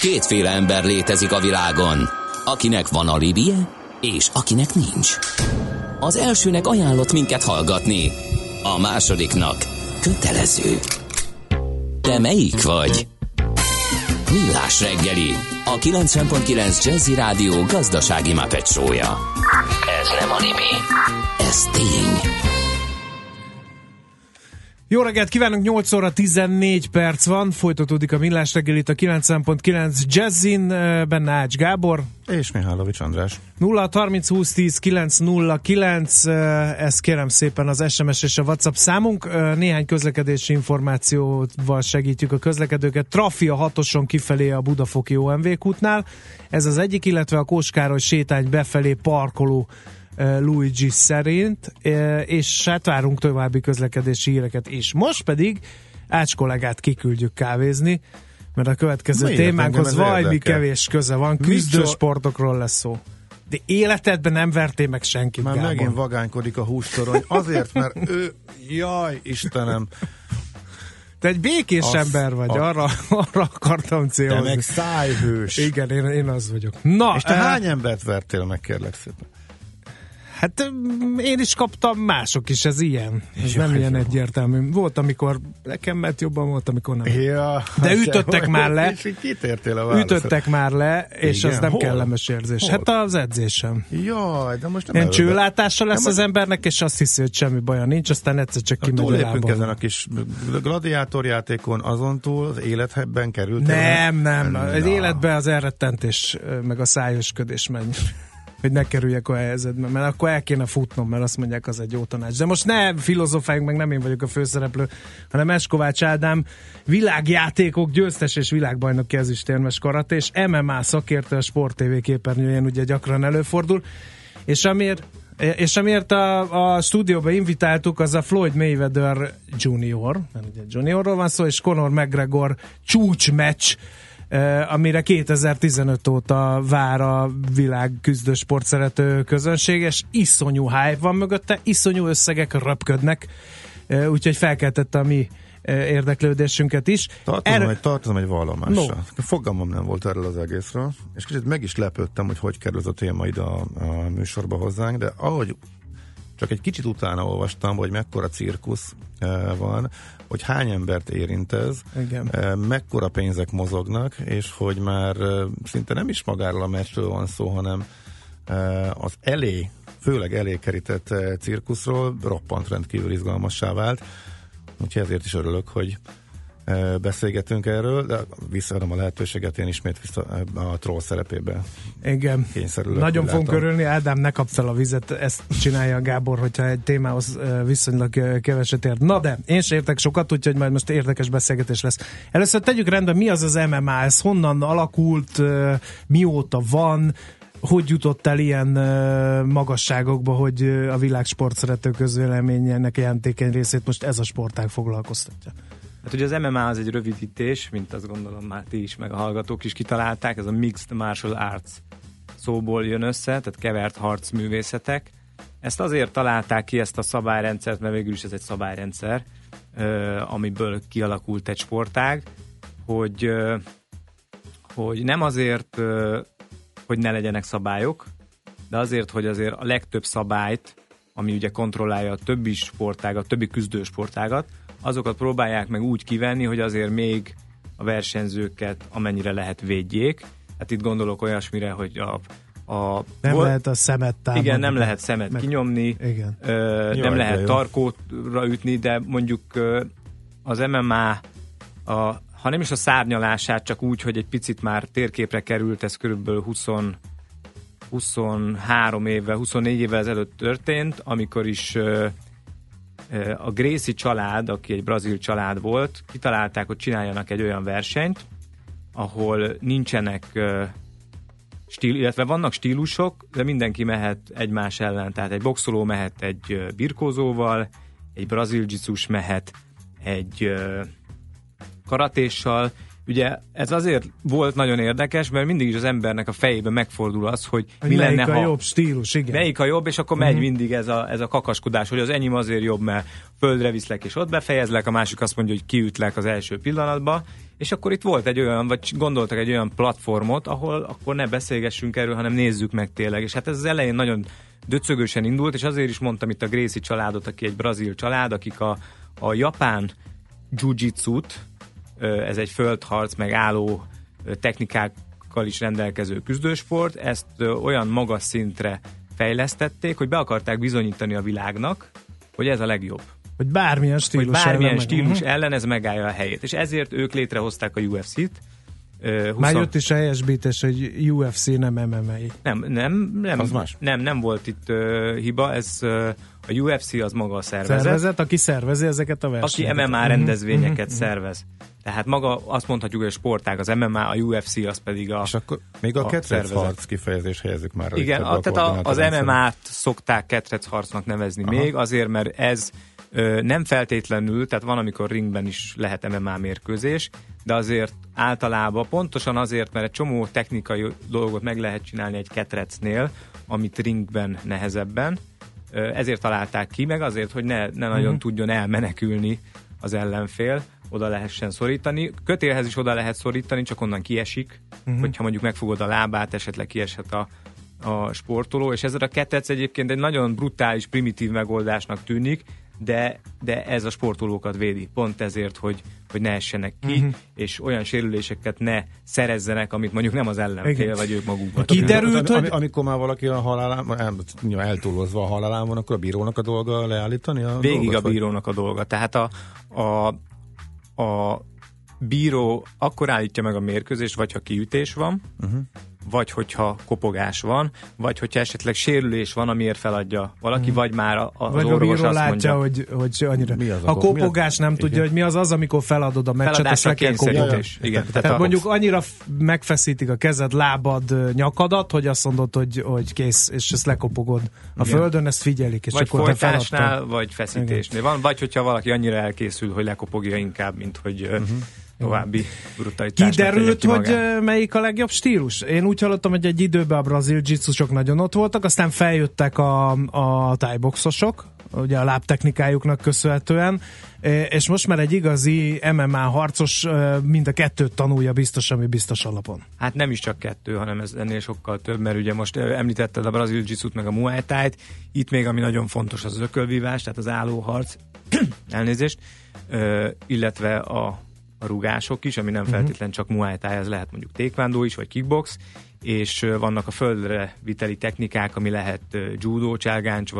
Kétféle ember létezik a világon, akinek van alibije, és akinek nincs. Az elsőnek ajánlott minket hallgatni, a másodiknak kötelező. Te melyik vagy? Millás reggeli, a 90.9 Jazzy Rádió gazdasági Muppet show-ja. Ez nem anime, ez tény. Jó reggelt kívánunk, 8 óra 14 perc van, folytatódik a Millás reggel itt a 90.9 Jazzin, benne Ács Gábor. És Mihálovics András. 0630 20 10 909, ez kérem szépen az SMS és a WhatsApp számunk. Néhány közlekedési információval segítjük a közlekedőket. Trafi a 6-oson kifelé a Budafoki OMV kútnál, ez az egyik, illetve a Kóskároly sétány befelé parkoló Luigi szerint, és hát várunk további közlekedési híreket is. Most pedig Ács kollégát kiküldjük kávézni, mert a következő témánkhoz valami kevés köze van, küzdősportokról lesz szó. De életedben nem vertél meg senkit, már Gábor. Megint vagánykodik a hústorony, azért, mert ő, jaj, Istenem. Te egy békés ember vagy, arra akartam célozni. Te meg szájhős. Igen, én az vagyok. Na, és te hány embert vertél meg, kérlek szépen? Hát én is kaptam, mások is, ez ilyen. Ez nem ilyen egyértelmű. Volt, amikor nekem ment jobban, volt, amikor nem. Ja, de ütöttek már le. És kitértél a válaszra. Ütöttek már le, és igen, az nem kellemes érzés. Hol? Hát az edzésem. Jaj, de most nem. Ilyen csőlátása lesz az embernek, és azt hiszi, hogy semmi baja nincs, aztán egyszer csak kimegy a lábon. Túlépünk ezen a kis gladiátorjátékon, azon túl az életben került. Nem. Az életben az elrettentés, meg a szájosködés megy. Hogy ne kerüljek a helyzetbe, mert akkor el kéne futnom, mert azt mondják, az egy jó tanács. De most ne filozofáljunk meg, nem én vagyok a főszereplő, hanem Eskovács Ádám, világjátékok győztes és világbajnoki ezüstérmes karate, és MMA szakértő a Sport TV képernyőjén ugye gyakran előfordul, és amiért a stúdióba invitáltuk, az a Floyd Mayweather Junior, mert ugye Juniorról van szó, és Conor McGregor csúcsmeccs, amire 2015 óta vár a világ küzdősport szerető közönség, és iszonyú hype van mögötte, iszonyú összegek röpködnek, úgyhogy felkeltette a mi érdeklődésünket is. Tartozom egy vallomással. No. Fogalmam nem volt erről az egészről, és kicsit meg is lepődtem, hogy kerül ez a téma ide a műsorba hozzánk, de ahogy csak egy kicsit utána olvastam, hogy mekkora cirkusz van, hogy hány embert érint ez, mekkora pénzek mozognak, és hogy már szinte nem is magáról a meccsről van szó, hanem az főleg elé kerített cirkuszról roppant rendkívül izgalmassá vált. Úgyhogy ezért is örülök, hogy beszélgetünk erről, de visszaadom a lehetőséget, én ismét a troll szerepébe. Igen. Kényszerülök. Nagyon fogunk örülni, Ádám, ne kapsz el a vizet, ezt csinálja a Gábor, hogyha egy témához viszonylag keveset ért. Na de, én sem értek sokat, úgyhogy majd most érdekes beszélgetés lesz. Először tegyük rendben, mi az MMA, ez honnan alakult, mióta van, hogy jutott el ilyen magasságokba, hogy a világ sportszerető közvéleményének jelentékeny részét most ez a sportág foglalkoztatja? Hát ugye az MMA az egy rövidítés, mint azt gondolom már ti is, meg a hallgatók is kitalálták, ez a Mixed Martial Arts szóból jön össze, tehát kevert harcművészetek. Ezt azért találták ki, ezt a szabályrendszert, mert végül is ez egy szabályrendszer, amiből kialakult egy sportág, hogy nem azért, hogy ne legyenek szabályok, de azért, hogy azért a legtöbb szabályt, ami ugye kontrollálja a többi sportágat, a többi küzdősportágat, azokat próbálják meg úgy kivenni, hogy azért még a versenyzőket amennyire lehet védjék. Hát itt gondolok olyasmire, hogy lehet a szemet támadni. Igen, nem lehet szemet kinyomni, nem lehet tarkóra ütni, de mondjuk az MMA, ha nem is a szárnyalását, csak úgy, hogy egy picit már térképre került, ez körülbelül 23 évvel, 24 évvel ezelőtt történt, amikor is a Gracie család, aki egy brazil család volt, kitalálták, hogy csináljanak egy olyan versenyt, ahol nincsenek illetve vannak stílusok, de mindenki mehet egymás ellen. Tehát egy boxoló mehet egy birkózóval, egy brazil dzsicus mehet egy karatéssal, ugye ez azért volt nagyon érdekes, mert mindig is az embernek a fejében megfordul az, hogy mi melyik lenne, a jobb stílus, igen. Melyik a jobb, és akkor megy mindig ez a kakaskodás, hogy az enyém azért jobb, mert földre viszlek és ott befejezlek, a másik azt mondja, hogy kiütlek az első pillanatban, és akkor itt volt egy olyan, vagy gondoltak egy olyan platformot, ahol akkor ne beszélgessünk erről, hanem nézzük meg tényleg. És hát ez az elején nagyon döcögősen indult, és azért is mondtam itt a Gracie családot, aki egy brazil család, akik a japán jiu-jitsut, ez egy földharc, meg álló technikákkal is rendelkező küzdősport, ezt olyan magas szintre fejlesztették, hogy be akarták bizonyítani a világnak, hogy ez a legjobb. Hogy bármilyen stílus ellen ez megállja a helyét. És ezért ők létrehozták a UFC-t. Már jött is a helyesbítés, hogy UFC nem MMA. Nem volt itt hiba, ez a UFC az maga a szervezet. Aki szervezi ezeket a versenyeket. Aki MMA rendezvényeket szervez. Tehát maga azt mondhatjuk, hogy a sportág az MMA, a UFC az pedig a és akkor még a ketrecharc kifejezés helyezzük már. Igen, tehát az MMA-t szokták ketrecharcnak nevezni még, azért, mert ez nem feltétlenül, tehát van, amikor ringben is lehet MMA mérkőzés, de azért általában pontosan azért, mert egy csomó technikai dolgot meg lehet csinálni egy ketrecnél, amit ringben nehezebben, ezért találták ki, meg azért, hogy ne nagyon tudjon elmenekülni az ellenfél, oda lehessen szorítani. Kötélhez is oda lehet szorítani, csak onnan kiesik, hogyha mondjuk megfogod a lábát, esetleg kieshet a sportoló, és ez a ketrec egyébként egy nagyon brutális, primitív megoldásnak tűnik, de ez a sportolókat védi. Pont ezért, hogy ne essenek ki, és olyan sérüléseket ne szerezzenek, amit mondjuk nem az ellenfél, vagy ők magukban. Kiderült, hogy... Amikor már valaki a halálán, eltúlozva a halálán van, akkor a bírónak a dolga leállítani a végig dolgot, a bírónak a dolga. Tehát a bíró akkor állítja meg a mérkőzést, vagy ha kiütés van, vagy hogyha kopogás van, vagy hogyha esetleg sérülés van, amiért feladja valaki, vagy már az vagy orvos azt látja, mondja. hogy annyira. A kopogás nem tudja, hogy mi az, amikor feladod a meccset, és le kell kopogni. Igen. Tehát mondjuk annyira megfeszítik a kezed, lábad, nyakadat, hogy azt mondod, hogy kész, és ezt lekopogod a földön, ezt figyelik, és vagy akkor te folytásnál, vagy feszítésnél van, vagy hogyha valaki annyira elkészül, hogy lekopogja inkább, mint hogy további brutalitásnak. Kiderült, hogy melyik a legjobb stílus? Én úgy hallottam, hogy egy időben a brazil jiu-jitsusok nagyon ott voltak, aztán feljöttek a thai-boxosok, ugye a lábtechnikájuknak köszönhetően, és most már egy igazi MMA harcos mind a kettőt tanulja biztos, ami biztos alapon. Hát nem is csak kettő, hanem ez ennél sokkal több, mert ugye most említetted a brazil jiu-jitsut meg a muay thai-t, itt még ami nagyon fontos az ökölvívás, tehát az állóharc, elnézést, illetve a rugások is, ami nem feltétlenül csak muay thai, ez lehet mondjuk taekwondo is, vagy kickbox, és vannak a földre viteli technikák, ami lehet judo, cselgáncs,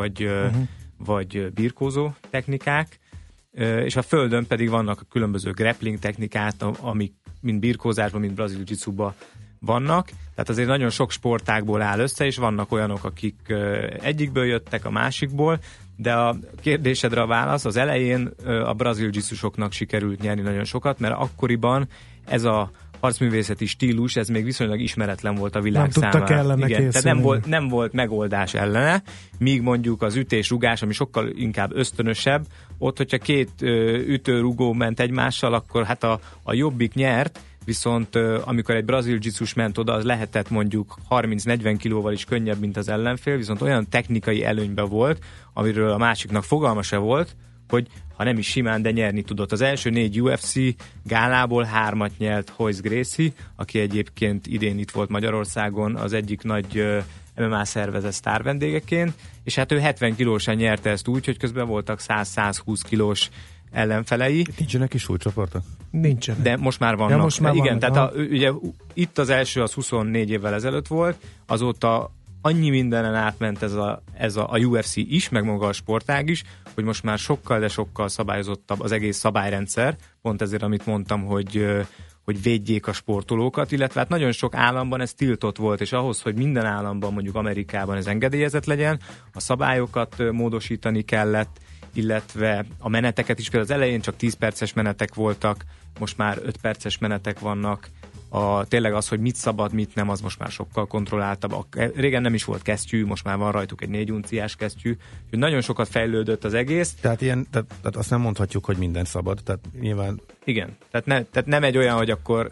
vagy birkózó technikák, és a földön pedig vannak a különböző grappling technikák, amik mind birkózásban, mind brazil jiu-jitsuban vannak, tehát azért nagyon sok sportágból áll össze, és vannak olyanok, akik egyikből jöttek, a másikból, de a kérdésedre a válasz, az elején a brazil jiu-jitsusoknak sikerült nyerni nagyon sokat, mert akkoriban ez a harcművészeti stílus, ez még viszonylag ismeretlen volt a világ számára. Igen, tehát nem volt megoldás ellene, míg mondjuk az ütés-rugás, ami sokkal inkább ösztönösebb, ott, hogyha két ütő-rugó ment egymással, akkor hát a jobbik nyert, viszont amikor egy brazil jiu-jitsus ment oda, az lehetett mondjuk 30-40 kilóval is könnyebb, mint az ellenfél, viszont olyan technikai előnyben volt, amiről a másiknak fogalma se volt, hogy ha nem is simán, de nyerni tudott. Az első 4 UFC gálából 3 nyert Royce Gracie, aki egyébként idén itt volt Magyarországon az egyik nagy MMA szervezet sztár vendégeként, és hát ő 70 kilósan nyerte ezt úgy, hogy közben voltak 100-120 kilós ellenfelei. Nincsenek is súlycsoportok? Nincsenek. De most már vannak. Ja, most már igen, vannak, tehát ugye itt az első az 24 évvel ezelőtt volt, azóta annyi mindenen átment ez a UFC is, meg maga a sportág is, hogy most már sokkal, de sokkal szabályozottabb az egész szabályrendszer, pont ezért, amit mondtam, hogy védjék a sportolókat, illetve hát nagyon sok államban ez tiltott volt, és ahhoz, hogy minden államban, mondjuk Amerikában ez engedélyezett legyen, a szabályokat módosítani kellett, illetve a meneteket is, például az elején csak 10 perces menetek voltak, most már 5 perces menetek vannak, tényleg az, hogy mit szabad, mit nem, az most már sokkal kontrolláltabb. Régen nem is volt kesztyű, most már van rajtuk egy 4 unciás kesztyű, úgyhogy nagyon sokat fejlődött az egész. Tehát azt nem mondhatjuk, hogy minden szabad, tehát nyilván... Igen, tehát nem egy olyan, hogy akkor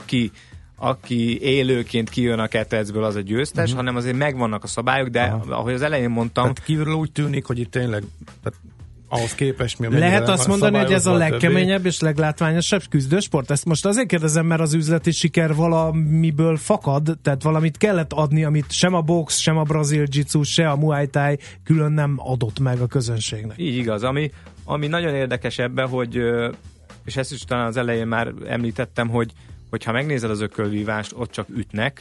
aki élőként kijön a ketrecből, az a győztes, hanem azért megvannak a szabályok, de ahogy az elején mondtam... Tehát kívülről úgy tűnik, hogy itt tényleg... ahhoz képest mi lehet azt mondani, hogy ez a legkeményebb és leglátványosabb küzdősport? Ezt most azért kérdezem, mert az üzleti siker valamiből fakad, tehát valamit kellett adni, amit sem a box, sem a brazil jiu-jitsu, se a muay thai külön nem adott meg a közönségnek. Így igaz, ami nagyon érdekes ebben, hogy, és ezt is talán az elején már említettem, hogy ha megnézed az ökölvívást, ott csak ütnek,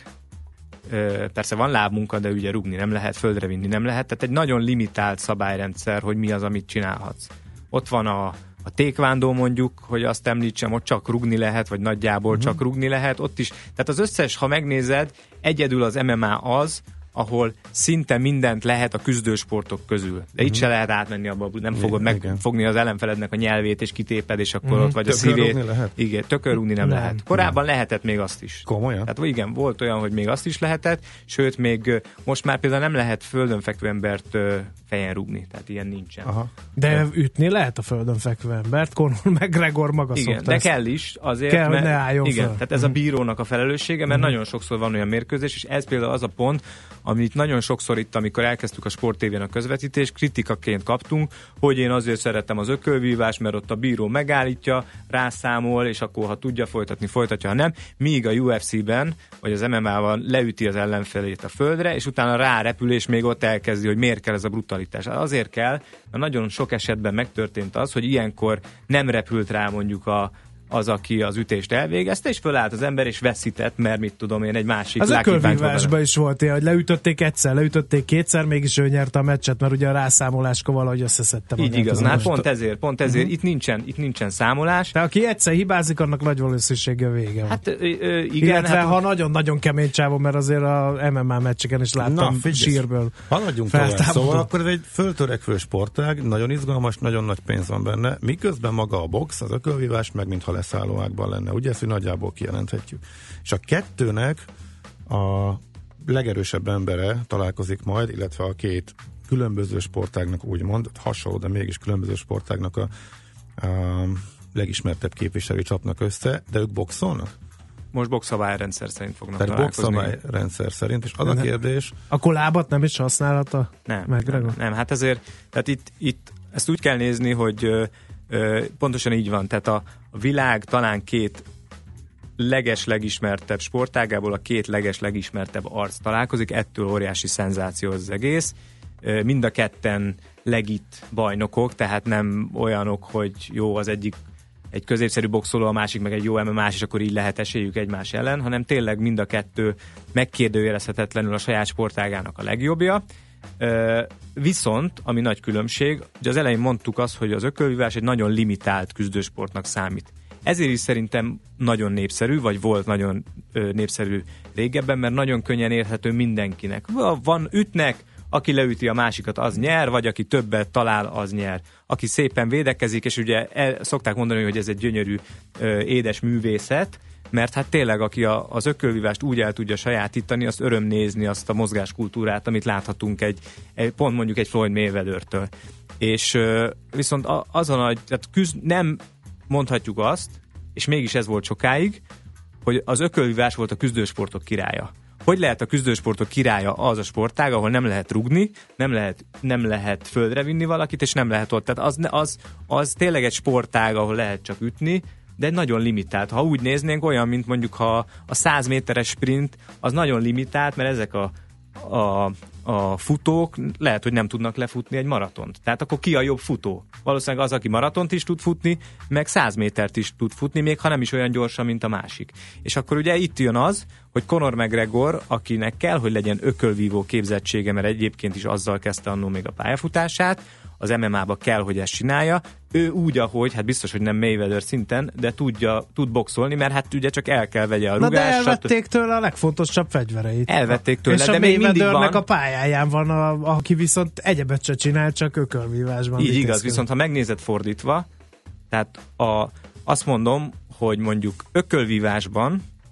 persze van lábmunka, de ugye rugni nem lehet, földre vinni nem lehet, tehát egy nagyon limitált szabályrendszer, hogy mi az, amit csinálhatsz. Ott van a tékvándó mondjuk, hogy azt említsem, ott csak rugni lehet, vagy nagyjából csak rugni lehet, ott is. Tehát az összes, ha megnézed, egyedül az MMA az, ahol szinte mindent lehet a küzdősportok közül. De itt se lehet átmenni abba, nem fogod megfogni az ellenfelednek a nyelvét, és kitéped, és akkor ott vagy a szívét. Igen, tökörrúgni nem lehet. Korábban lehetett még azt is. Komolyan? Tehát igen, volt olyan, hogy még azt is lehetett, sőt, még most már például nem lehet földön fekvő embert fejen rúgni, tehát ilyen nincsen. Aha. De ütni lehet a földön fekvő embert, Conor McGregor maga igen, szokta. De kell is, azért, kell, mert ne álljon igen, fel. tehát ez a bírónak a felelőssége, mert nagyon sokszor van olyan mérkőzés, és ez például az a pont, amit nagyon sokszor itt, amikor elkezdtük a Sport TV-n a közvetítést, kritikaként kaptunk, hogy én azért szeretem az ökölvívást, mert ott a bíró megállítja, rászámol, és akkor ha tudja folytatni, folytatja, ha nem. Míg a UFC-ben, vagy az MMA-ban leüti az ellenfelét a földre, és utána rárepül, és még ott elkezdi, hogy miért kell ez a brutalitás. Azért kell, mert nagyon sok esetben megtörtént az, hogy ilyenkor nem repült rá mondjuk az, aki az ütést elvégezte, és fölállt az ember, és veszített, mert mit tudom én, egy másik az ökölvívásban is volt ilyen, hogy leütötték egyszer, leütötték kétszer, mégis ő nyerte a meccset, mert ugye a rászámoláskor valahogy összeszedte magát. Így igaz, hát pont ezért itt nincsen számolás. De aki egyszer hibázik, annak nagy valószínűséggel vége van. Hát igen. Illetve ha nagyon-nagyon kemény csávon, mert azért a MMA meccseken is láttam sírből. Haladjunk tovább. Szóval akkor ez egy föltörekvő sportág, nagyon izgalmas, nagyon nagy pénz van benne, miközben maga a box, az ökölvívás, meg mintha leszállóákban lenne. Ugye ezt, hogy nagyjából kijelenthetjük. És a kettőnek a legerősebb embere találkozik majd, illetve a két különböző sportágnak úgymond, hasonló, de mégis különböző sportágnak a legismertebb képviselői csapnak össze, de ők boxolnak? Most boxszabályrendszer szerint fognak tehát találkozni. Boxszabályrendszer szerint, és az a kérdés... Akkor lábat nem is használhat Nem, hát ezért, tehát itt ezt úgy kell nézni, hogy pontosan így van, tehát a világ talán két legismertebb sportágából a két legismertebb arc találkozik, ettől óriási szenzáció az egész. Mind a ketten legit bajnokok, tehát nem olyanok, hogy jó, az egyik egy középszerű boxoló, a másik meg egy jó MMA-s, és akkor így lehet esélyük egymás ellen, hanem tényleg mind a kettő megkérdőjelezhetetlenül a saját sportágának a legjobbja. Viszont, ami nagy különbség, ugye az elején mondtuk azt, hogy az ökölvívás egy nagyon limitált küzdősportnak számít. Ezért is szerintem nagyon népszerű, vagy volt nagyon népszerű régebben, mert nagyon könnyen érthető mindenkinek. Ütnek, aki leüti a másikat, az nyer, vagy aki többet talál, az nyer. Aki szépen védekezik, és ugye szokták mondani, hogy ez egy gyönyörű, édes művészet, mert hát tényleg, aki az ökölvívást úgy el tudja sajátítani, azt öröm nézni azt a mozgáskultúrát, amit láthatunk pont mondjuk egy Floyd Mayweather-től. És viszont az a nagy, tehát nem mondhatjuk azt, és mégis ez volt sokáig, hogy az ökölvívás volt a küzdősportok királya. Hogy lehet a küzdősportok királya az a sportág, ahol nem lehet rugni, nem lehet földre vinni valakit, és nem lehet ott. Tehát az tényleg egy sportág, ahol lehet csak ütni, de nagyon limitált. Ha úgy néznénk, olyan, mint mondjuk a 100 méteres sprint, az nagyon limitált, mert ezek a futók lehet, hogy nem tudnak lefutni egy maratont. Tehát akkor ki a jobb futó? Valószínűleg az, aki maratont is tud futni, meg 100 métert is tud futni, még ha nem is olyan gyorsan, mint a másik. És akkor ugye itt jön az, hogy Conor McGregor, akinek kell, hogy legyen ökölvívó képzettsége, mert egyébként is azzal kezdte annó még a pályafutását, az MMA-ba kell, hogy ezt csinálja. Ő úgy, ahogy, hát biztos, hogy nem Mayweather szinten, de tud boxolni, mert hát ugye csak el kell vegye a rugást. Na de elvették tőle a legfontosabb fegyvereit. Elvették tőle, és de még mindig van. A pályáján van, aki viszont egyebet se csinál, csak ökölvívásban. Így igaz, viszont ha megnézed fordítva, tehát azt mondom, hogy mondjuk ökölvívásban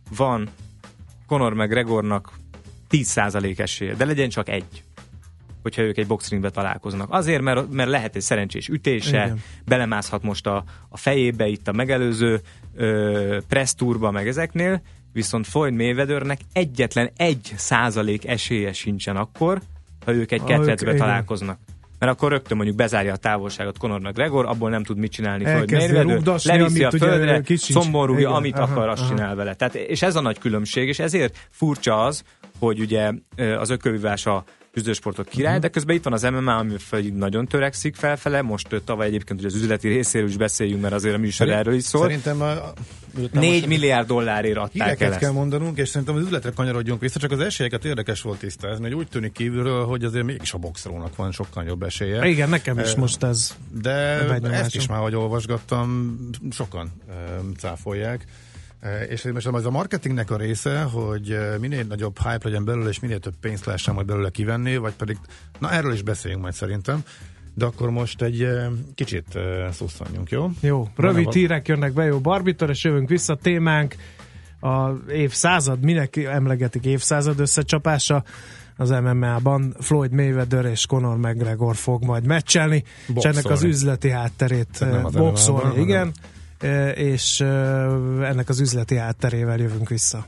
van Conor McGregornak 10% esélye, de legyen csak egy, hogyha ők egy boxringbe találkoznak. Azért, mert lehet egy szerencsés ütése, igen, belemászhat most a fejébe itt a megelőző press tourba, meg ezeknél, viszont Floyd Mayweathernek egyetlen 1% esélye sincsen akkor, ha ők egy ketrecbe találkoznak. Mert akkor rögtön mondjuk bezárja a távolságot Conor McGregor, abból nem tud mit csinálni Floyd Mayweather, leviszi a földre, combon rúgja, amit akar, azt csinál vele. Tehát, és ez a nagy különbség, és ezért furcsa az, hogy ugye az ökölvívás a küzdősportok király, de közben itt van az MMA, ami nagyon törekszik felfele, most tavaly egyébként hogy az üzleti részéről is beszéljünk, mert azért a műsor erről is szól. Szerintem 4 milliárd dollárért adták el ezt. Kell mondanunk, és szerintem az üzletre kanyarodjunk vissza, csak az esélyeket érdekes volt tisztázni, hogy úgy tűnik kívülről, hogy azért mégis a boxolónak van sokkal jobb esélye. Igen, nekem is most ez. De ezt is már, hogy olvasgattam, sokan cáfolják. És most az a marketingnek a része, hogy minél nagyobb hype legyen belőle, és minél több pénzt lehessen majd belőle kivenni, vagy pedig, na erről is beszéljünk majd szerintem, de akkor most egy kicsit szusszanjunk, jó? Jó, rövid hírek jönnek be, jó Barbitól, és jövünk vissza. Témánk a évszázad, mindenki emlegetik évszázad összecsapása, az MMA-ban Floyd Mayweather és Conor McGregor fog majd meccselni, és ennek az üzleti hátterét boxolni, igen. És ennek az üzleti hátterével jövünk vissza.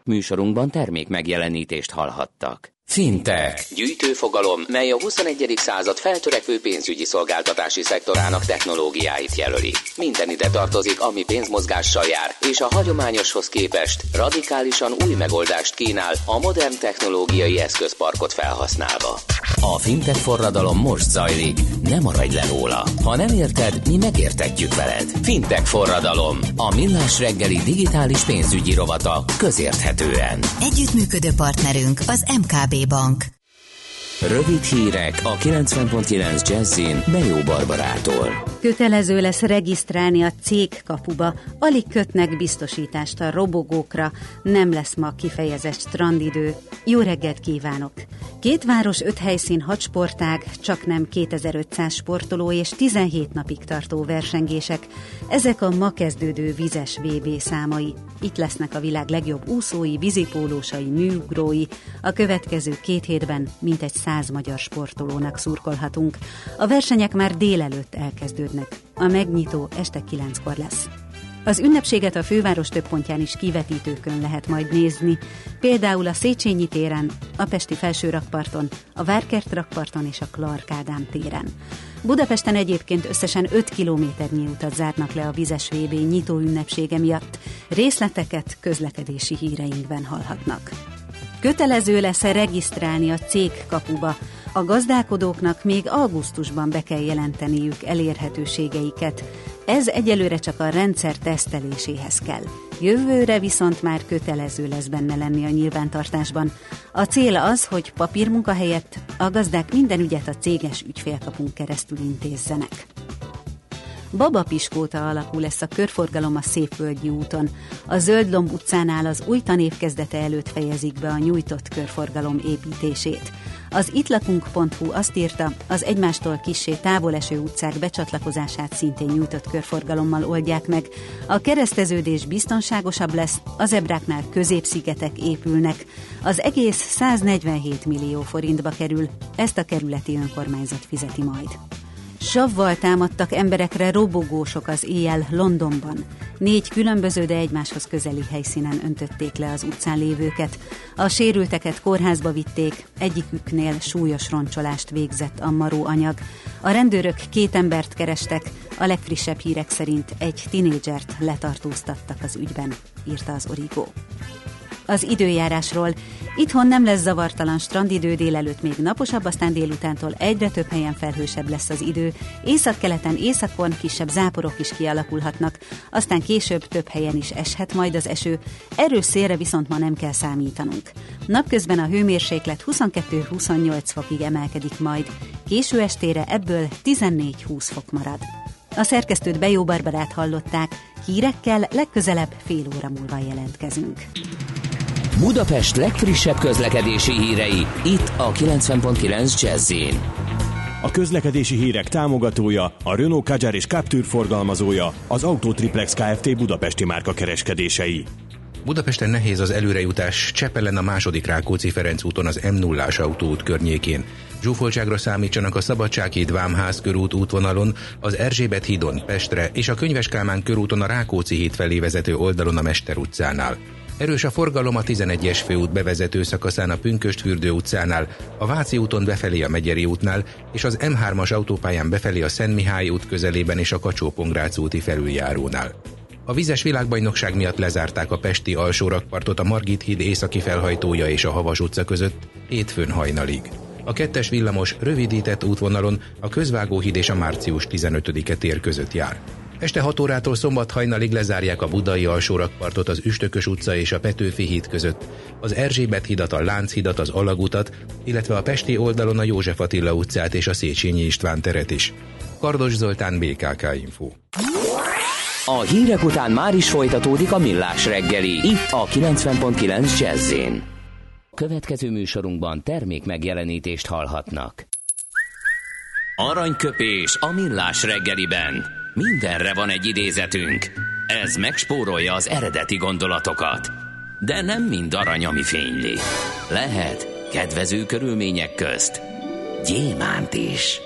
műsorunkban termék megjelenítést hallhattak. Fintech. Gyűjtőfogalom, mely a 21. század feltörekvő pénzügyi szolgáltatási szektorának technológiáit jelöli. Minden ide tartozik, ami pénzmozgással jár, és a hagyományoshoz képest radikálisan új megoldást kínál a modern technológiai eszközparkot felhasználva. A fintech forradalom most zajlik, ne maradj le róla. Ha nem érted, mi megértetjük veled. Fintech forradalom, a Millás reggeli digitális pénzügyi rovata közérthetően. Együttműködő partnerünk az MKB Bank. Rövid hírek a 90.9 Jazzin Bejó Barbarától. Kötelező lesz regisztrálni a cég kapuba, alig kötnek biztosítást a robogókra, nem lesz ma kifejezett strandidő. Jó reggelt kívánok! 2 város, 5 helyszín, 6 sportág, csaknem 2500 sportoló és 17 napig tartó versengések. Ezek a ma kezdődő vizes VB számai. Itt lesznek a világ legjobb úszói, vízipólósai, műugrói. A következő 2 hétben mintegy 100 magyar sportolónak szurkolhatunk. A versenyek már délelőtt elkezdődnek. A megnyitó este 9-kor lesz. Az ünnepséget a főváros több pontján is kivetítőkön lehet majd nézni, például a Széchenyi téren, a pesti Felsőrakparton, a Várkert rakparton és a Clark Ádám téren. Budapesten egyébként összesen 5 kilométernyi utat zárnak le a vizes VB nyitó ünnepsége miatt. Részleteket közlekedési híreinkben hallhatnak. Kötelező lesz regisztrálni a cég kapuba. A gazdálkodóknak még augusztusban be kell jelenteniük elérhetőségeiket. Ez egyelőre csak a rendszer teszteléséhez kell. Jövőre viszont már kötelező lesz benne lenni a nyilvántartásban. A cél az, hogy papírmunka helyett a gazdák minden ügyet a céges ügyfélkapunk keresztül intézzenek. Babapiskóta alakú lesz a körforgalom a Szépvölgyi úton. A Zöldlomb utcánál az új tanév kezdete előtt fejezik be a nyújtott körforgalom építését. Az ittlakunk.hu azt írta, az egymástól kissé távol eső utcák becsatlakozását szintén nyújtott körforgalommal oldják meg. A kereszteződés biztonságosabb lesz, a zebráknál középszigetek épülnek. Az egész 147 millió forintba kerül, ezt a kerületi önkormányzat fizeti majd. Savval támadtak emberekre robogósok az éjjel Londonban. 4 különböző, de egymáshoz közeli helyszínen öntötték le az utcán lévőket. A sérülteket kórházba vitték, egyiküknél súlyos roncsolást végzett a maró anyag. A rendőrök 2 embert kerestek, a legfrissebb hírek szerint egy tinédzsert letartóztattak az ügyben, írta az Origo. Az időjárásról. Itthon nem lesz zavartalan strandidő, délelőtt még naposabb, aztán délutántól egyre több helyen felhősebb lesz az idő. Északkeleten, északon kisebb záporok is kialakulhatnak, aztán később több helyen is eshet majd az eső. Erős szélre viszont ma nem kell számítanunk. Napközben a hőmérséklet 22-28 fokig emelkedik majd, késő estére ebből 14-20 fok marad. A szerkesztőt Bejó Barbarát hallották, hírekkel legközelebb fél óra múlva jelentkezünk. Budapest legfrissebb közlekedési hírei, itt a 90.9 Jazz-in. A közlekedési hírek támogatója, a Renault Kadjar és Captur forgalmazója, az Autotriplex Kft. Budapesti márka kereskedései. Budapesten nehéz az előrejutás Csepelen a második Rákóczi-Ferenc úton az M0-ás autóút környékén. Zsúfoltságra számítsanak a Szabadsághíd Vámház körút útvonalon, az Erzsébet hídon Pestre és a Könyves Kálmán körúton a Rákóczi híd felé vezető oldalon a Mester utcánál. Erős a forgalom a 11-es főút bevezető szakaszán a Pünkösdfürdő utcánál, a Váci úton befelé a Megyeri útnál és az M3-as autópályán befelé a Szent Mihály út közelében és a Kacsó-Pongrác úti felüljárónál. A vizes világbajnokság miatt lezárták a pesti alsórakpartot a Margit híd északi felhajtója és a Havas utca között hétfőn hajnalig. A 2-es villamos rövidített útvonalon a Közvágóhíd és a Március 15-e tér között jár. Este 6 órától szombat hajnalig lezárják a budai alsórakpartot az Üstökös utca és a Petőfi híd között, az Erzsébet hidat, a Lánchidat, az Alagutat, illetve a pesti oldalon a József Attila utcát és a Széchenyi István teret is. Kardos Zoltán, BKK Info. A hírek után már is folytatódik a Millás reggeli, itt a 90.9 Jazz-in. Következő műsorunkban termék megjelenítést hallhatnak. Aranyköpés a Millás reggeliben. Mindenre van egy idézetünk. Ez megspórolja az eredeti gondolatokat. De nem mind arany, ami fényli. Lehet kedvező körülmények közt gyémánt is.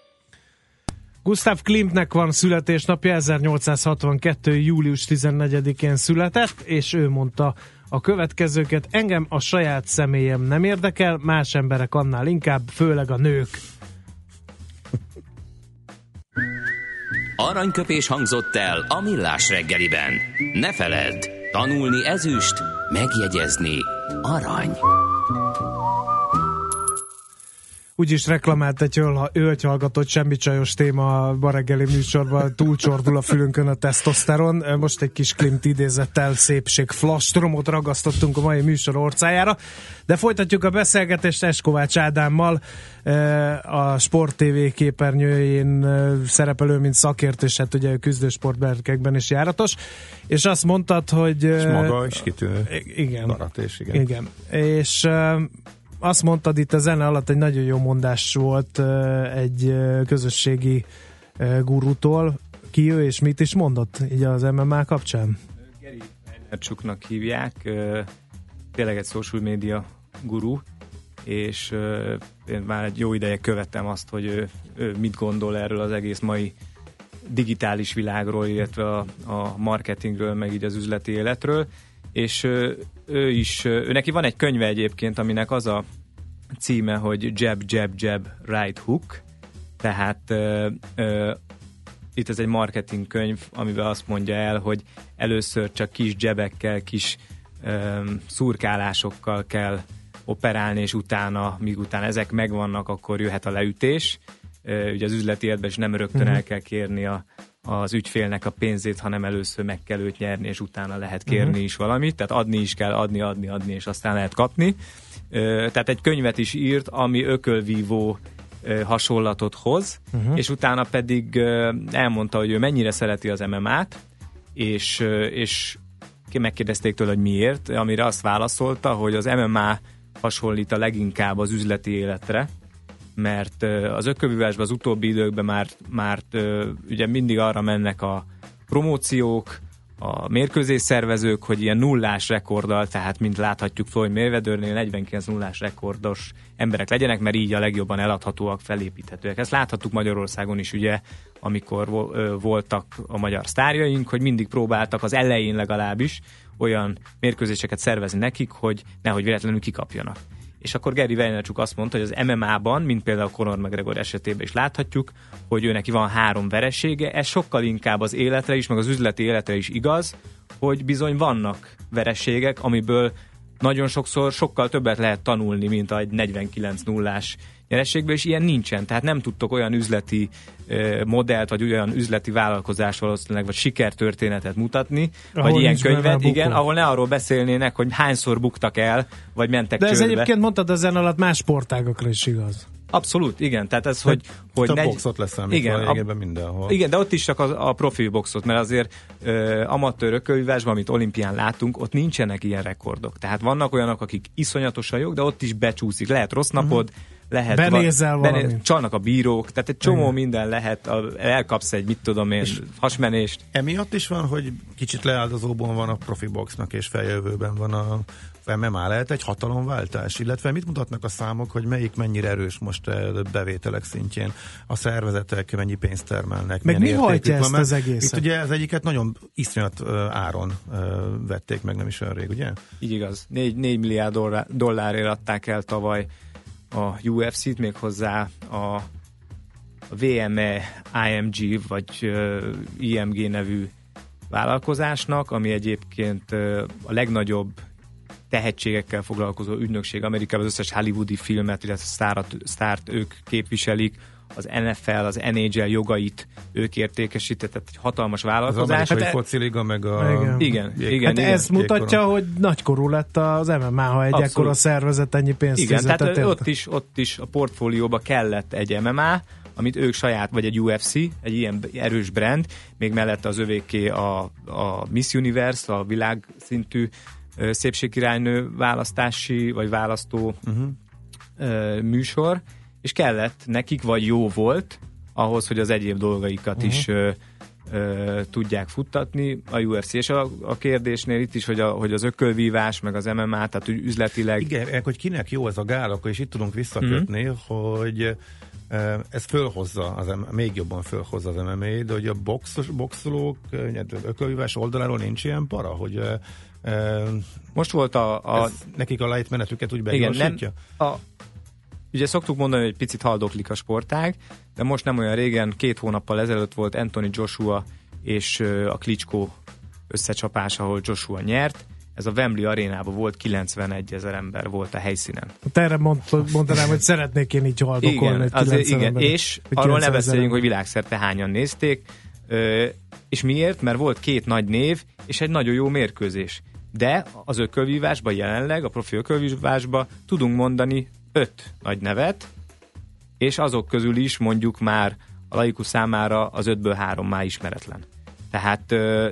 Gustav Klimtnek van születésnapja, 1862. július 14-én született, és ő mondta a következőket: engem a saját személyem nem érdekel, más emberek annál inkább, főleg a nők. Aranyköpés hangzott el a Millás reggeliben. Ne feledd, tanulni ezüst, megjegyezni arany. Úgyis reklamált egy ölgyhallgatott, semmi csajos téma a reggeli műsorban, túlcsordul a fülünkön a tesztoszteron. Most egy kis Klimt idézettel szépség flastromot ragasztottunk a mai műsor orcájára, de folytatjuk a beszélgetést Eskovács Ádámmal, a Sport TV képernyőjén szerepelő, mint szakértő, és hát ugye küzdősportberkekben is járatos, és azt mondtad, hogy... És maga is kitűnő. Igen. Karatés, igen. És... azt mondtad itt a zene alatt, egy nagyon jó mondás volt egy közösségi gurútól. Ki ő és mit is mondott így az MMA kapcsán? Gary Vaynerchuknak hívják, tényleg egy social media guru, és én már egy jó ideje követem azt, hogy ő mit gondol erről az egész mai digitális világról, illetve a marketingről, meg így az üzleti életről, és ő neki van egy könyve egyébként, aminek az a címe, hogy Jab, Jab, Jab, Right Hook, tehát itt ez egy marketing könyv, amiben azt mondja el, hogy először csak kis jabekkel, kis szurkálásokkal kell operálni, és utána, míg utána ezek megvannak, akkor jöhet a leütés. Ugye az üzleti életben is nem rögtön el kell kérni az ügyfélnek a pénzét, hanem először meg kell őt nyerni, és utána lehet kérni is valamit, tehát adni is kell, adni, és aztán lehet kapni. Tehát egy könyvet is írt, ami ökölvívó hasonlatot hoz, és utána pedig elmondta, hogy ő mennyire szereti az MMA-t, és megkérdezték tőle, hogy miért, amire azt válaszolta, hogy az MMA hasonlít a leginkább az üzleti életre, mert az ökölvívásban az utóbbi időkben már ugye mindig arra mennek a promóciók, a mérkőzés szervezők, hogy ilyen nullás rekorddal, tehát mint láthatjuk Floyd Mayweathernél 49 nullás rekordos emberek legyenek, mert így a legjobban eladhatóak, felépíthetőek. Ezt láthattuk Magyarországon is, ugye, amikor voltak a magyar sztárjaink, hogy mindig próbáltak az elején legalábbis olyan mérkőzéseket szervezni nekik, hogy nehogy véletlenül kikapjanak. És akkor Gary Vaynerchuk azt mondta, hogy az MMA-ban, mint például Conor McGregor esetében is láthatjuk, hogy ő neki van 3 veresége, ez sokkal inkább az életre is, meg az üzleti életre is igaz, hogy bizony vannak vereségek, amiből nagyon sokszor sokkal többet lehet tanulni, mint egy 49-0-ás nyerességből, és ilyen nincsen. Tehát nem tudtok olyan üzleti modellt, vagy olyan üzleti vállalkozást valószínűleg, vagy sikertörténetet mutatni, ahol vagy ilyen könyvet, igen, ahol ne arról beszélnének, hogy hányszor buktak el, vagy mentek csődbe. De ez egyébként mondtad ezen alatt más sportágakra is igaz. Abszolút, igen. Tehát ez, hogy a boxot leszámítva mindenhol. Igen, de ott is csak a profi boxot, mert azért amatőr ökölvívásban, amit olimpián látunk, ott nincsenek ilyen rekordok. Tehát vannak olyanok, akik iszonyatosan jók, de ott is becsúszik. Lehet rossz napod, lehet csalnak a bírók, tehát egy csomó minden lehet, elkapsz egy, mit tudom én, hasmenést. Emiatt is van, hogy kicsit leáldozóban van a profi boxnak, és feljövőben van a MMA. Lehet egy hatalomváltás, illetve mit mutatnak a számok, hogy melyik mennyire erős most bevételek szintjén, a szervezetek mennyi pénzt termelnek. Meg mi hajtja ezt az egészet? Itt ugye ez egyiket nagyon iszonyat áron vették meg nem is olyan rég, ugye? Így igaz. 4 milliárd dollárért adták el tavaly a UFC-t, méghozzá a VME IMG vagy IMG nevű vállalkozásnak, ami egyébként a legnagyobb tehetségekkel foglalkozó ügynökség Amerikában, az összes hollywoodi filmet, illetve sztárt ők képviselik, az NFL, az NHL jogait ők értékesítettek, egy hatalmas vállalkozás. Az amerikai fociliga, meg a... Igen. Hát ez mutatja, hogy nagykorú lett az MMA, ha egy ekkora szervezet ennyi pénzt fizetett. Igen, tehát ott is a portfólióba kellett egy MMA, amit ők saját, vagy egy UFC, egy ilyen erős brand, még mellette az övéké a Miss Universe, a világszintű szépségkirálynő választási, vagy választó műsor, és kellett nekik, vagy jó volt, ahhoz, hogy az egyéb dolgaikat is tudják futtatni a UFC. És a kérdésnél itt is, hogy az ökölvívás, meg az MMA, tehát üzletileg... Igen, hogy kinek jó ez a gála, akkor is itt tudunk visszakötni, hogy ez fölhozza, még jobban fölhozza az MMA-t, de hogy a boxolók ökölvívás oldaláról nincs ilyen para, hogy Most volt nekik a lejtmenetüket úgy begyorsítja? Ugye szoktuk mondani, hogy picit haldoklik a sportág, de most nem olyan régen, 2 hónappal ezelőtt volt Anthony Joshua és a Klitschko összecsapás, ahol Joshua nyert. Ez a Wembley arénában volt, 91 000 ember volt a helyszínen. Erre mondanám, hogy szeretnék én így haldokolni. Igen, és arról ne beszéljünk, hogy világszerte hányan nézték. És miért? Mert volt 2 nagy név, és egy nagyon jó mérkőzés. De az ökölvívásban jelenleg, a profi ökölvívásban tudunk mondani 5 nagy nevet, és azok közül is mondjuk már a laikus számára az 5-ből 3 már ismeretlen. Tehát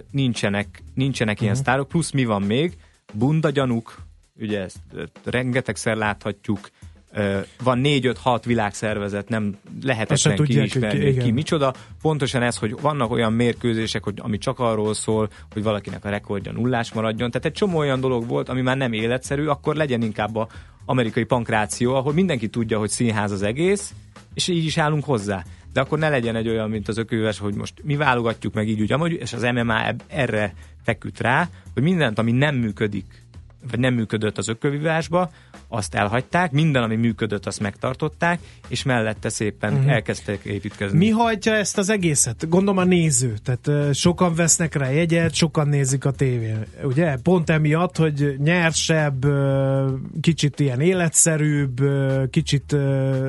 nincsenek ilyen sztárok, plusz mi van még? Bunda gyanúk, ugye ezt rengetegszer láthatjuk, van 4-5-6 világszervezet, nem lehetetlen kiismerni ki micsoda. Pontosan ez, hogy vannak olyan mérkőzések, ami csak arról szól, hogy valakinek a rekordja nullás maradjon. Tehát egy csomó olyan dolog volt, ami már nem életszerű, akkor legyen inkább az amerikai pankráció, ahol mindenki tudja, hogy színház az egész, és így is állunk hozzá. De akkor ne legyen egy olyan, mint az ökölvívás, hogy most mi válogatjuk meg így úgy, és az MMA erre feküdt rá, hogy mindent, ami nem működik, vagy nem működött az ökölvívásba, azt elhagyták, minden, ami működött, azt megtartották, és mellette szépen elkezdtek építkezni. Mi hajtja ezt az egészet? Gondolom a néző. Tehát sokan vesznek rá jegyet, sokan nézik a tévén. Ugye? Pont emiatt, hogy nyersebb, kicsit ilyen életszerűbb, kicsit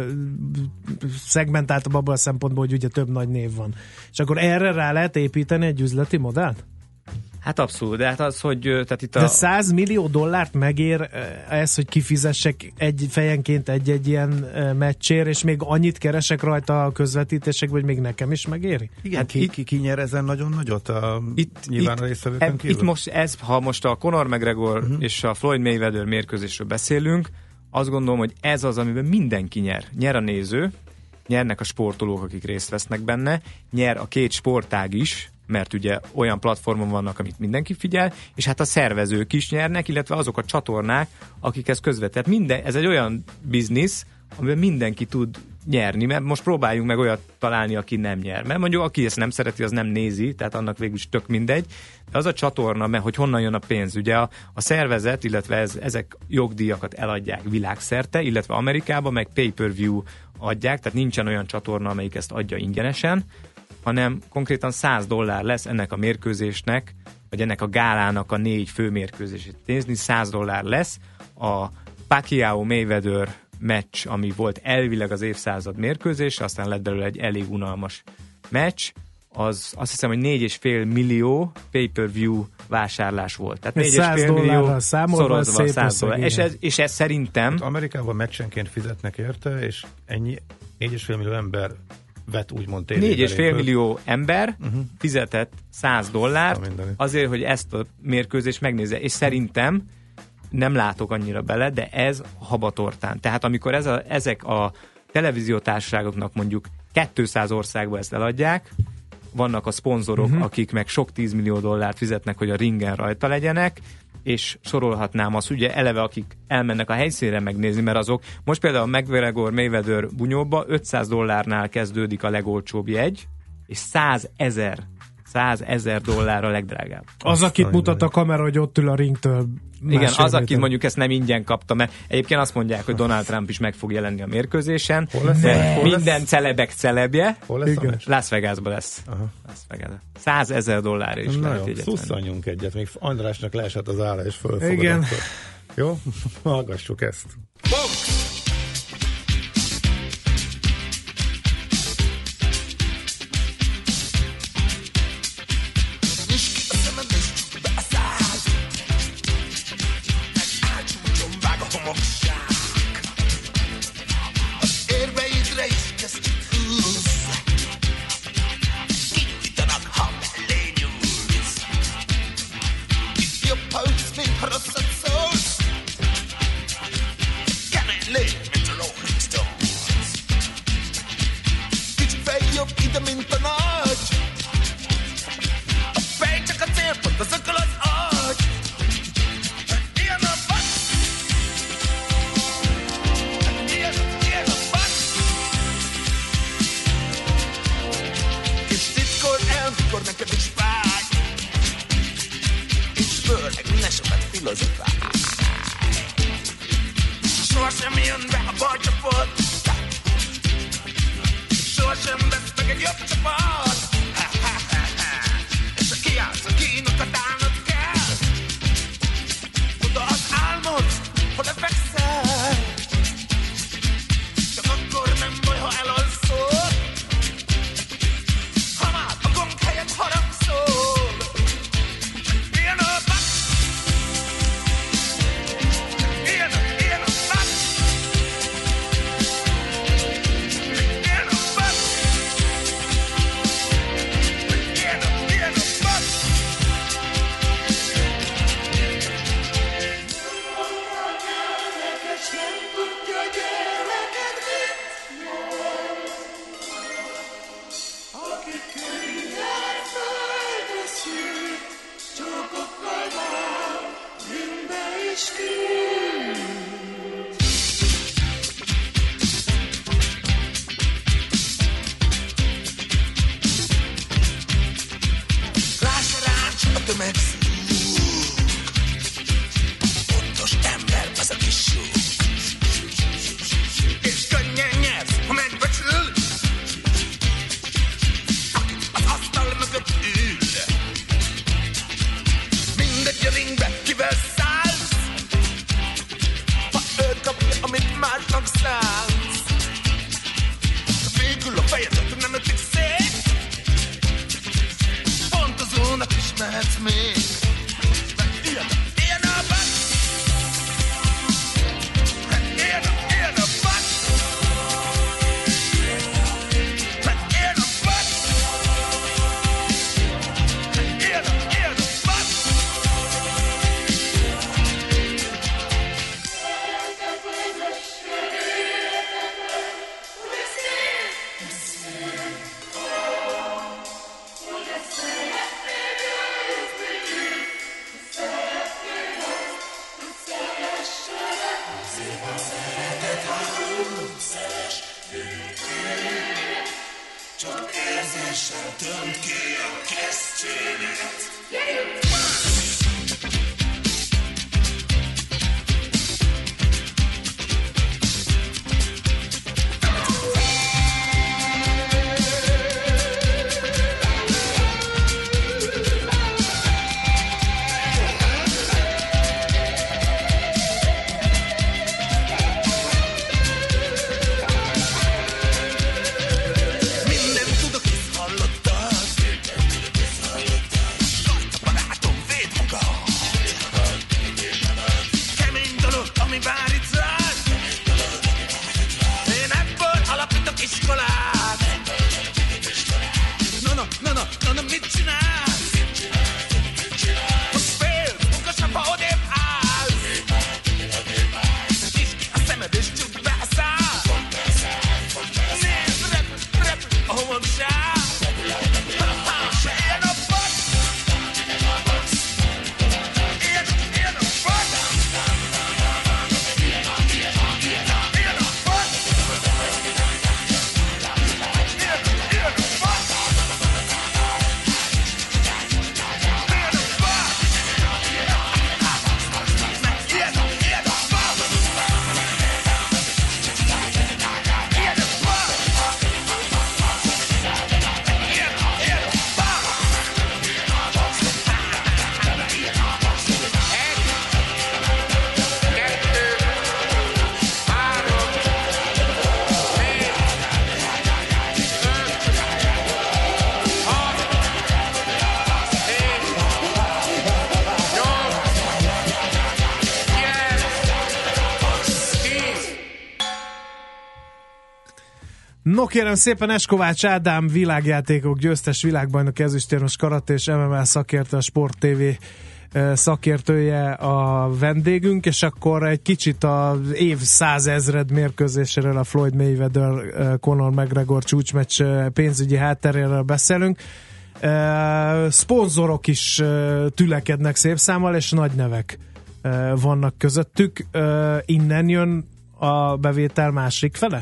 szegmentáltabb abban a szempontból, hogy ugye több nagy név van. És akkor erre rá lehet építeni egy üzleti modellt? Hát abszolút, de hát az, hogy... Tehát itt de $100 millió megér ez, hogy kifizessek egy fejenként egy ilyen meccsért, és még annyit keresek rajta a közvetítésekben, hogy még nekem is megéri? Igen, hát ki nyer ezen nagyon nagyot nyilván a résztvevőkön kívül? Itt most ha most a Conor McGregor és a Floyd Mayweather mérkőzésről beszélünk, azt gondolom, hogy ez az, amiben mindenki nyer. Nyer a néző, nyernek a sportolók, akik részt vesznek benne, nyer a 2 sportág is, mert ugye olyan platformon vannak, amit mindenki figyel, és hát a szervezők is nyernek, illetve azok a csatornák, akik ezt közvetett. Ez egy olyan biznisz, amiben mindenki tud nyerni, mert most próbáljunk meg olyat találni, aki nem nyer. Mert mondjuk aki ezt nem szereti, az nem nézi, tehát annak végül is tök mindegy. De az a csatorna, mert hogy honnan jön a pénz. Ugye a szervezet, illetve ezek jogdíjakat eladják világszerte, illetve Amerikában meg pay-per-view adják, tehát nincsen olyan csatorna, amelyik ezt adja ingyenesen, hanem konkrétan $100 lesz ennek a mérkőzésnek, vagy ennek a gálának a 4 fő mérkőzését nézni, $100 lesz. A Pacquiao-Mayweather meccs, ami volt elvileg az évszázad mérkőzés, aztán lett belőle egy elég unalmas meccs, az azt hiszem, hogy 4,5 millió pay-per-view vásárlás volt. Tehát 4,5 millió szorozva $100. És ez szerintem... Hát Amerikában meccsenként fizetnek érte, és ennyi 4,5 millió ember vett úgymond tévében. 4,5 millió ember fizetett $100 azért, hogy ezt a mérkőzést megnézze. És szerintem nem látok annyira bele, de ez habatortán. Tehát amikor ezek a televíziótársaságoknak mondjuk 200 országban ezt eladják, vannak a szponzorok, akik meg sok $10 millió fizetnek, hogy a ringen rajta legyenek, és sorolhatnám azt, ugye eleve akik elmennek a helyszínre megnézni, mert azok, most például a McGregor Mayweather bunyóba $500 kezdődik a legolcsóbb jegy, és $100,000 a legdrágább. Az, akit mutat a kamera, hogy ott ül a ringtől. Igen, az, aki mondjuk ezt nem ingyen kapta, mert egyébként azt mondják, hogy Donald Trump is meg fog jelenni a mérkőzésen. Minden celebek celebje. Hol lesz? Las Vegasban lesz. $100,000 is. Na jó, szusszanjunk egyet, még Andrásnak leesett az ára, és fölfogod. Igen. Akkor. Jó? Hallgassuk ezt. Can it live? Sohasem jön be a baj csapat, sohasem lesz meg egy jobb csapat. És ha kiállsz a kínokat állnod kell, oda az álmod, oda fekszel. Csak akkor nem baj, ha elalszol, ha már a gong helyett haragszol. Ilyen a bak, ilyen a bak, ilyen a bak, ilyen a bak. Láss rá, csak a tömegszúg, pontos ember az a kis súg, és könnyen nyersz, ha megbecsül, akit az asztal mögött ül. Mindegy a ringbe, kivel szállsz, ha ő kapja, amit másnak szánsz. Ha végül a fejedet nem ötik szét, pont azónak ismerhetsz még. Mert ilyen a bak, ilyen a bak, mert ilyen a bak, ilyen a bak. Csak érzéssel tönt ki a kesztyűnet. Minden tudok, hisz hallottad. Rajta barátom, védd magad. Kemény dolog, ami vár itt rád. Én ebből alapítok iskolát. No, mit csinálsz? Most félsz, munkasabb, ha odébb állsz. Nyisd ki a szemed és csukd be a szád. Nézd, repül a homokság. Ilyen a bak, ilyen a bak, ilyen a bak, ilyen a bak, ilyen a bak, ilyen a bak, ilyen a bak. No kérem szépen, Eskovács Ádám világjátékok győztes, világbajnok, ezüstérmes karate és MMA szakértő, a Sport TV szakértője a vendégünk, és akkor egy kicsit az év 100 000 mérkőzéséről, a Floyd Mayweather Conor McGregor csúcsmeccs pénzügyi hátteréről beszélünk. Szponzorok is tülekednek szép számmal, és nagy nevek vannak közöttük. Innen jön a bevétel másik fele?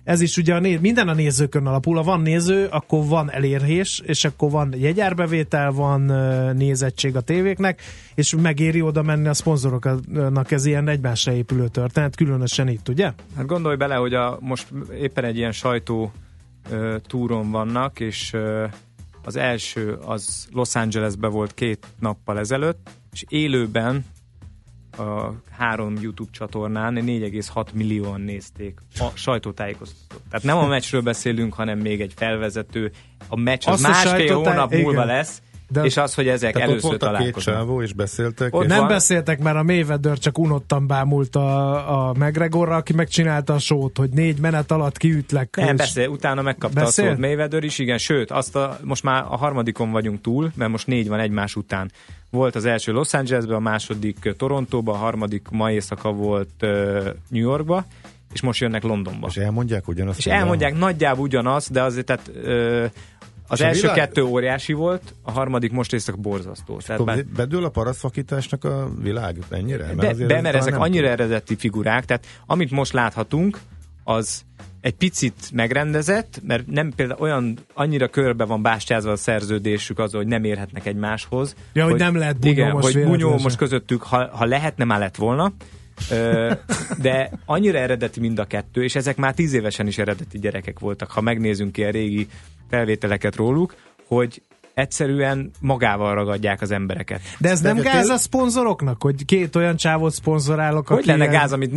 ez is ugye minden a nézőkön alapul. Ha van néző, akkor van elérés, és akkor van jegyárbevétel, van nézettség a tévéknek, és megéri oda menni a szponzoroknak, ez ilyen egymásra épülő történet, különösen itt, ugye? Hát gondolj bele, hogy most éppen egy ilyen sajtó túron vannak, és az első az Los Angelesben volt 2 nappal ezelőtt, és élőben a 3 YouTube csatornán 4,6 millióan nézték a sajtótájékoztatót. Tehát nem a meccsről beszélünk, hanem még egy felvezető. A meccs az másfél hónap múlva lesz, és az, hogy ezek először találkoznak. Két csávó, és beszéltek. És nem beszéltek, mert a Mayweather csak unottan bámult a McGregorra, aki megcsinálta a show-t, hogy 4 menet alatt kiütlek. Nem, beszél, utána megkapta a szót Mayweather is, igen, sőt, most már a harmadikon vagyunk túl, mert most 4 van egymás után. Volt az első Los Angelesben, a második Torontóban, a harmadik ma éjszaka volt New Yorkba, és most jönnek Londonba. És elmondják ugyanazt? És elmondják nagyjából ugyanazt, de azért tehát az első 2 óriási volt, a harmadik most éjszaka borzasztó. Bedől a parasztvakításnak a világ ennyire? Mert ezek annyira eredeti figurák, tehát amit most láthatunk, az egy picit megrendezett, mert nem például olyan annyira körbe van bástyázva a szerződésük az, hogy nem érhetnek egymáshoz. Ja, hogy nem lehet bunyó igen, most. Hogy bunyó most közöttük, ha lehetne, már lett volna. De annyira eredeti mind a 2, és ezek már 10 évesen is eredeti gyerekek voltak, ha megnézünk ilyen régi felvételeket róluk, hogy egyszerűen magával ragadják az embereket. De ez nem gáz a szponzoroknak, hogy 2 olyan csávot szponzorálok, hogy lenne gáz, amit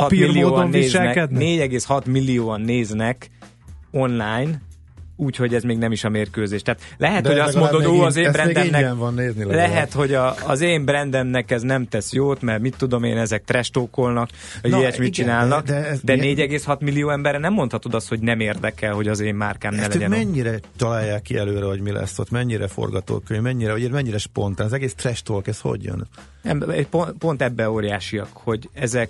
4,6 millióan néznek online, úgyhogy ez még nem is a mérkőzés. Tehát lehet, hogy azt mondod, az én brandemnek lehet, hogy az én brandemnek ez nem tesz jót, mert mit tudom én, ezek trash talkolnak, hogy ilyesmit csinálnak, de 4,6 millió emberre nem mondhatod azt, hogy nem érdekel, hogy az én márkám ne legyen. Mennyire találják ki előre, hogy mi lesz ott, mennyire forgatókönyv, mennyire spontán, az egész trash talk, ez hogy jön? Pont ebbe óriásiak, hogy ezek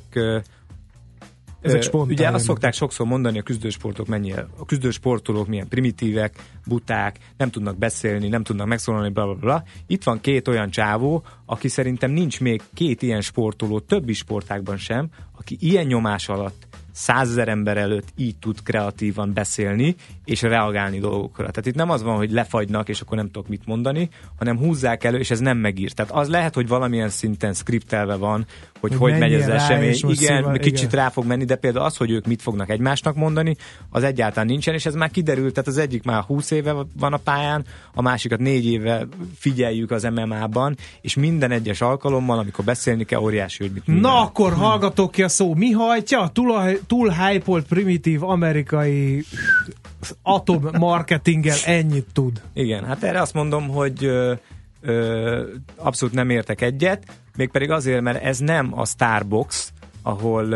ugye azt szokták sokszor mondani, a küzdősportolók milyen primitívek, buták, nem tudnak beszélni, nem tudnak megszólalni, bla bla bla. Itt van 2 olyan csávó, aki szerintem nincs még 2 ilyen sportoló, többi sportágban sem, aki ilyen nyomás alatt 100 000 ember előtt így tud kreatívan beszélni, és reagálni dolgokra. Tehát itt nem az van, hogy lefagynak, és akkor nem tudok mit mondani, hanem húzzák elő, és ez nem megír. Tehát az lehet, hogy valamilyen szinten skriptelve van, hogy megy ez az esemény. Igen, kicsit rá fog menni, de például az, hogy ők mit fognak egymásnak mondani, az egyáltalán nincsen, és ez már kiderült, tehát az egyik már 20 éve van a pályán, a másikat 4 éve figyeljük az MMA-ban, és minden egyes alkalommal, amikor beszélni kell, óriási, hogy mit minden. Na akkor hallgatok ki a szó. Mi hajtja? Túl hype-olt, primitív, amerikai atommarketinggel ennyit tud. Igen, hát erre azt mondom, hogy abszolút nem értek egyet, mégpedig azért, mert ez nem a Starbox, ahol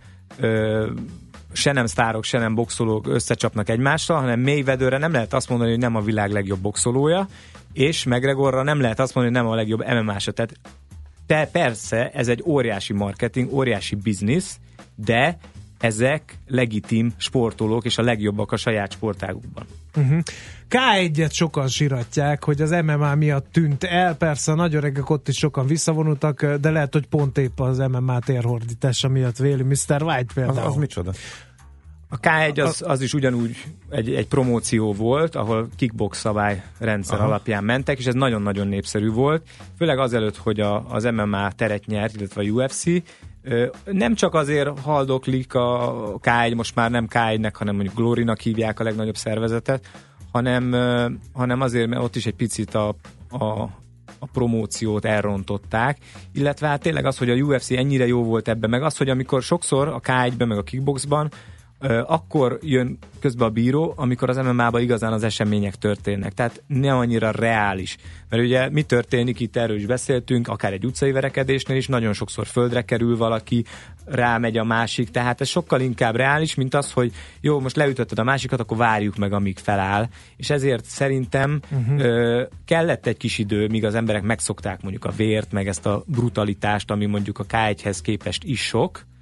se nem sztárok, se nem boxolók összecsapnak egymással, hanem Mayweatherre nem lehet azt mondani, hogy nem a világ legjobb boxolója, és McGregorra nem lehet azt mondani, hogy nem a legjobb MMA-sa. Tehát persze, ez egy óriási marketing, óriási biznisz, de ezek legitim sportolók, és a legjobbak a saját sportágukban. K1-et sokan siratják, hogy az MMA miatt tűnt el, persze a nagy öregek ott is sokan visszavonultak, de lehet, hogy pont épp az MMA térhordítása miatt véli Mr. White például. Az micsoda? A K1 az is ugyanúgy egy promóció volt, ahol kickbox szabályrendszer alapján mentek, és ez nagyon-nagyon népszerű volt, főleg azelőtt, hogy az MMA teret nyert, illetve a UFC. Nem csak azért haldoklik a K1, most már nem K1-nek, hanem mondjuk Glory-nak hívják a legnagyobb szervezetet, hanem azért, mert ott is egy picit a promóciót elrontották, illetve hát tényleg az, hogy a UFC ennyire jó volt ebben, meg az, hogy amikor sokszor a K1-ben, meg a kickboxban akkor jön közbe a bíró, amikor az MMA-ban igazán az események történnek. Tehát nem annyira reális. Mert ugye mi történik, itt erről is beszéltünk, akár egy utcai verekedésnél is, nagyon sokszor földre kerül valaki, rámegy a másik, tehát ez sokkal inkább reális, mint az, hogy jó, most leütötted a másikat, akkor várjuk meg, amíg feláll. És ezért szerintem kellett egy kis idő, míg az emberek megszokták mondjuk a vért, meg ezt a brutalitást, ami mondjuk a K1-hez képest is sok,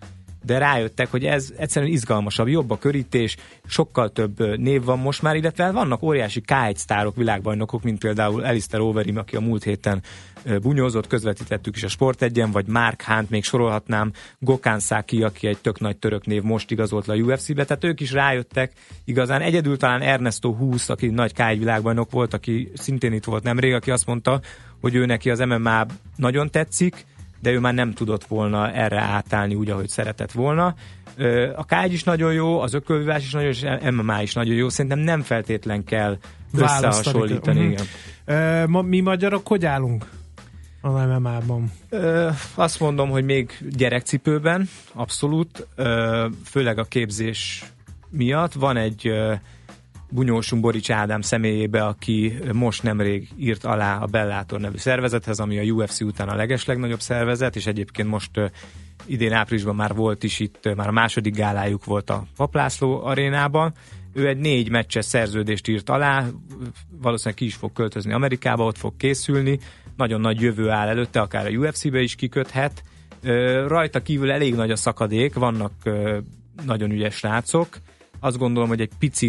de rájöttek, hogy ez egyszerűen izgalmasabb, jobb a körítés, sokkal több név van most már, illetve vannak óriási K1 sztárok, világbajnokok, mint például Alistair Overeem, aki a múlt héten bunyózott, közvetítettük is a Sport 1-en, vagy Mark Hunt, még sorolhatnám, Gokhan Saki, aki egy tök nagy török név, most igazolt le a UFC-be, tehát ők is rájöttek, igazán egyedül talán Ernesto Húsz, aki nagy K1 világbajnok volt, aki szintén itt volt nemrég, aki azt mondta, hogy ő neki az MMA nagyon tetszik, de ő már nem tudott volna erre átállni úgy, ahogy szeretett volna. A K1 is nagyon jó, az ökölvívás is nagyon jó, és MMA is nagyon jó, szerintem nem feltétlen kell összehasonlítani. Mi magyarok hogy állunk a MMA-ban? Azt mondom, hogy még gyerekcipőben, abszolút, főleg a képzés miatt. Van egy bunyósunk Borics Ádám személyébe, aki most nemrég írt alá a Bellator nevű szervezethez, ami a UFC után a legeslegnagyobb szervezet, és egyébként most idén áprilisban már volt is itt, már a második gálájuk volt a Papp László arénában. Ő egy 4 meccses szerződést írt alá, valószínűleg ki is fog költözni Amerikába, ott fog készülni, nagyon nagy jövő áll előtte, akár a UFC-be is kiköthet. Rajta kívül elég nagy a szakadék, vannak nagyon ügyes srácok. Azt gondolom, hogy egy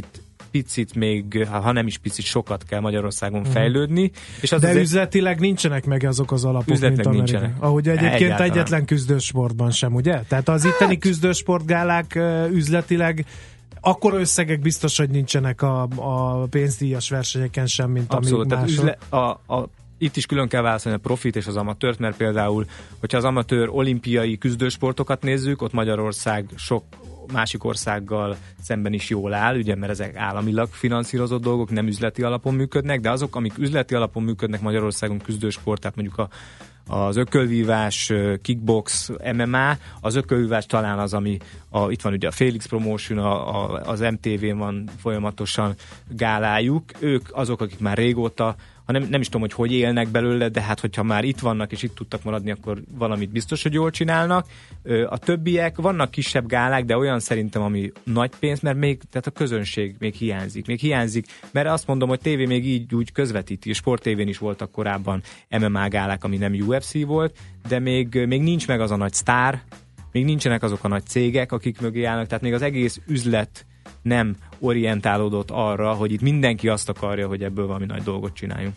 picit még, ha nem is picit, sokat kell Magyarországon fejlődni. És az de azért üzletileg nincsenek meg azok az alapok, mint Amerikában. Ahogy egyébként egyetlen küzdősportban sem, ugye? Tehát az itteni küzdősportgálák üzletileg akkora összegek biztos, hogy nincsenek a pénzdíjas versenyeken sem, mint abszolút, amíg máshol. Itt is külön kell válaszolni a profit és az amatőrt, mert például, hogyha az amatőr olimpiai küzdősportokat nézzük, ott Magyarország sok másik országgal szemben is jól áll, ugye, mert ezek államilag finanszírozott dolgok, nem üzleti alapon működnek, de azok, amik üzleti alapon működnek Magyarországon küzdősport, tehát mondjuk az ökölvívás, kickbox, MMA, az ökölvívás talán az, ami itt van ugye a Felix Promotion, az MTV-n van folyamatosan gálájuk, ők azok, akik már régóta, nem is tudom, hogy élnek belőle, de hát hogyha már itt vannak és itt tudtak maradni, akkor valamit biztos, hogy jól csinálnak. A többiek, vannak kisebb gálák, de olyan szerintem, ami nagy pénz, mert még, tehát a közönség még hiányzik, mert azt mondom, hogy tévé még így úgy közvetíti, Sport TV-n is voltak korábban MMA gálák, ami nem UFC volt, de még nincs meg az a nagy sztár, még nincsenek azok a nagy cégek, akik mögé állnak, tehát még az egész üzlet nem orientálódott arra, hogy itt mindenki azt akarja, hogy ebből valami nagy dolgot csináljunk.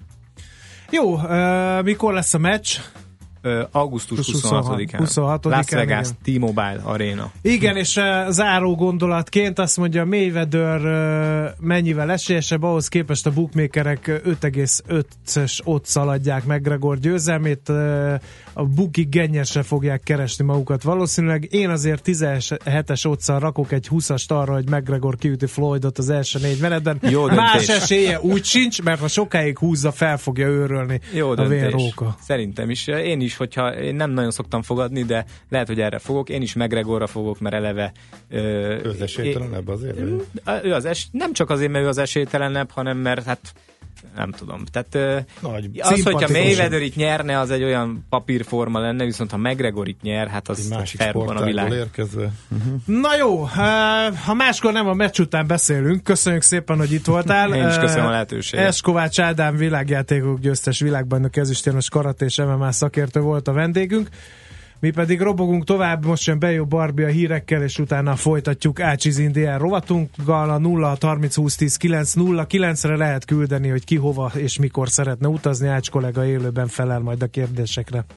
Jó, mikor lesz a meccs? Augusztus 26-án. Las Vegas, T-Mobile Arena. Igen, és záró gondolatként azt mondja, Mayweather mennyivel esélyesebb, ahhoz képest a bookmakerek 5,5-es odds adják McGregor győzelmét, a bookie gennyesre fogják keresni magukat valószínűleg. Én azért 17-es oddszal rakok egy 20-ast arra, hogy McGregor kiüti Floydot az első 4 menetben. Más esélye úgy sincs, mert ha sokáig húzza, fel fogja őrölni a vérróka. Szerintem is. Én is, hogyha én nem nagyon szoktam fogadni, de lehet, hogy erre fogok. Én is McGregorra fogok, mert eleve... Ő az esélytelenebb azért? Nem csak azért, mert ő az esélytelenebb, hanem mert hát nem tudom. Tehát az, hogyha Mayweather itt nyerne, az egy olyan papírforma lenne, viszont ha McGregor itt nyer, hát az felrobban a világ. Érkezve. Na jó, ha máskor nem a meccs után beszélünk, köszönjük szépen, hogy itt voltál. Én is köszönöm a lehetőséget. Kovács Ádám világjátékok győztes világbajnok, ezüstérmes karate és MMA szakértő volt a vendégünk. Mi pedig robogunk tovább, most jön Bejó Barbi a hírekkel, és utána folytatjuk Ácsiz Indián rovatunkkal. A 0630201090-re lehet küldeni, hogy ki hova és mikor szeretne utazni. Ács kollega élőben felel majd a kérdésekre.